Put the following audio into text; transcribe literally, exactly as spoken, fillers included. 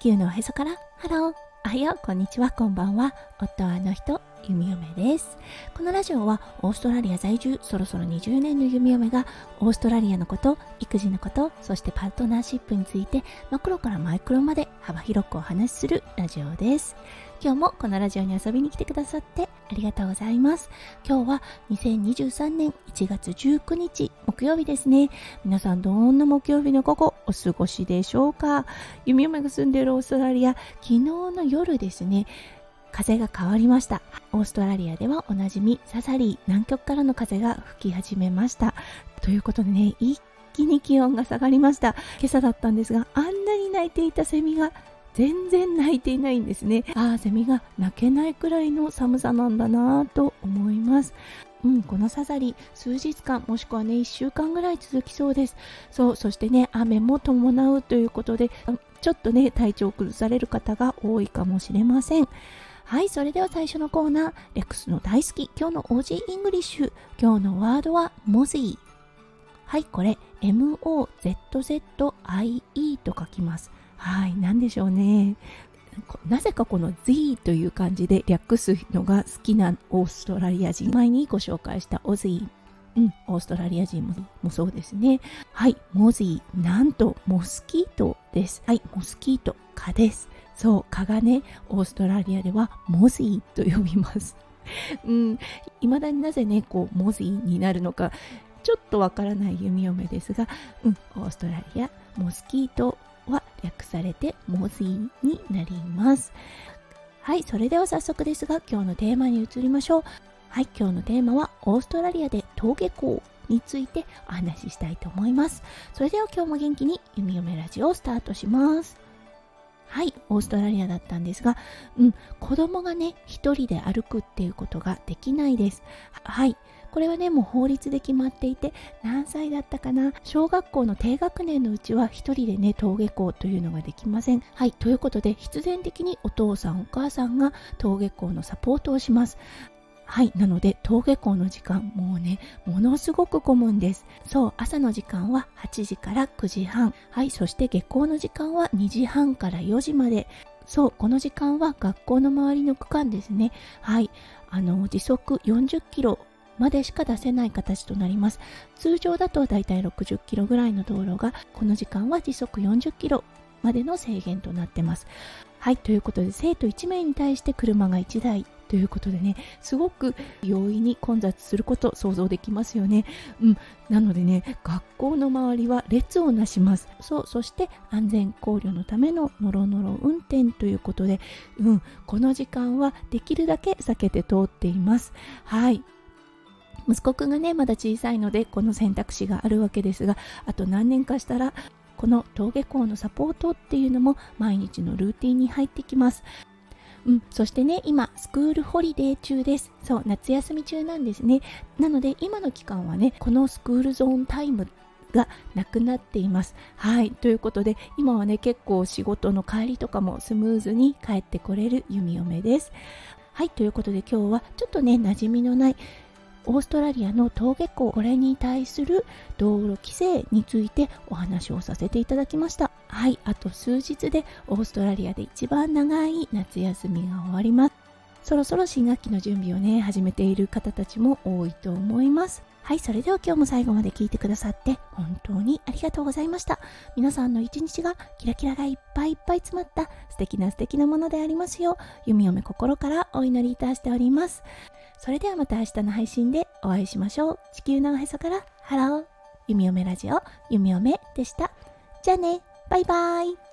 球のおへそからハロー、おはよう、こんにちは、こんばんは。夫はあの人、弓嫁です。このラジオはオーストラリア在住そろそろにじゅうねんの弓嫁がオーストラリアのこと、育児のこと、そしてパートナーシップについてマクロからマイクロまで幅広くお話しするラジオです。今日もこのラジオに遊びに来てくださってありがとうございます。今日はにせんにじゅうさんねんいちがつじゅうくにち木曜日ですね。皆さんどんな木曜日の午後お過ごしでしょうか。弓嫁が住んでいるオーストラリア、昨日の夜ですね、風が変わりました。オーストラリアではおなじみサザリー、南極からの風が吹き始めました。ということでね、一気に気温が下がりました。今朝だったんですが、あんなに鳴いていたセミが全然鳴いていないんですね。ああ、セミが鳴けないくらいの寒さなんだなと思います。うん、このサザリ数日間もしくはねいっしゅうかんぐらい続きそうです。そう、そしてね雨も伴うということで、ちょっとね体調を崩される方が多いかもしれません。はい、それでは最初のコーナー、レックスの大好き今日の オージー イングリッシュ。今日のワードはモズイ。はい、これ エムオーゼットゼットアイイー と書きます。はい、なんでしょうね。なぜかこの Z という漢字で略すのが好きなオーストラリア人、前にご紹介したオズイ、うん、オーストラリア人 も, もそうですね。はい、モズイ、なんとモスキートです。はい、モスキート、蚊です。そう、蚊がねオーストラリアではモズイと呼びます。うん、未だになぜねこうモズイになるのかちょっとわからない弓嫁ですが、うん、オーストラリアモスキートは略されてモズイになります。はい、それでは早速ですが今日のテーマに移りましょう。はい、今日のテーマはオーストラリアで登下校についてお話ししたいと思います。それでは今日も元気に弓嫁ラジオをスタートします。はい、オーストラリアだったんですが、うん、子供がね一人で歩くっていうことができないです。はい、これはねもう法律で決まっていて、何歳だったかな、小学校の低学年のうちは一人でね登下校というのができません。はい、ということで必然的にお父さんお母さんが登下校のサポートをします。はい、なので登下校の時間もうねものすごく混むんです。そう、朝の時間ははちじからくじはん、はい、そして下校の時間はにじはんからよじまで。そう、この時間は学校の周りの区間ですね。はい、あの時速よんじゅっキロまでしか出せない形となります。通常だとだいたいろくじゅっキロぐらいの道路がこの時間は時速よんじゅっキロまでの制限となってます。はい、ということで生徒いちめいに対して車がいちだいということでね、すごく容易に混雑すること想像できますよね。うん、なのでね、学校の周りは列をなします。そう、そして安全考慮のためのノロノロ運転ということで、うん、この時間はできるだけ避けて通っています。はい。息子くんがねまだ小さいのでこの選択肢があるわけですが、あと何年かしたらこの登下校のサポートっていうのも毎日のルーティンに入ってきます。うん、そしてね今スクールホリデー中です。そう、夏休み中なんですね。なので今の期間はねこのスクールゾーンタイムがなくなっています。はい、ということで今はね結構仕事の帰りとかもスムーズに帰ってこれる弓嫁です。はい、ということで今日はちょっとね馴染みのないオーストラリアの登下校、これに対する道路規制についてお話をさせていただきました。はい、あと数日でオーストラリアで一番長い夏休みが終わります。そろそろ新学期の準備をね始めている方たちも多いと思います。はい、それでは今日も最後まで聞いてくださって本当にありがとうございました。皆さんの一日がキラキラがいっぱいいっぱい詰まった素敵な素敵なものでありますよう、弓嫁心からお祈りいたしております。それではまた明日の配信でお会いしましょう。地球のおへそからハロー、弓嫁ラジオ弓嫁でした。じゃあね、バイバイ。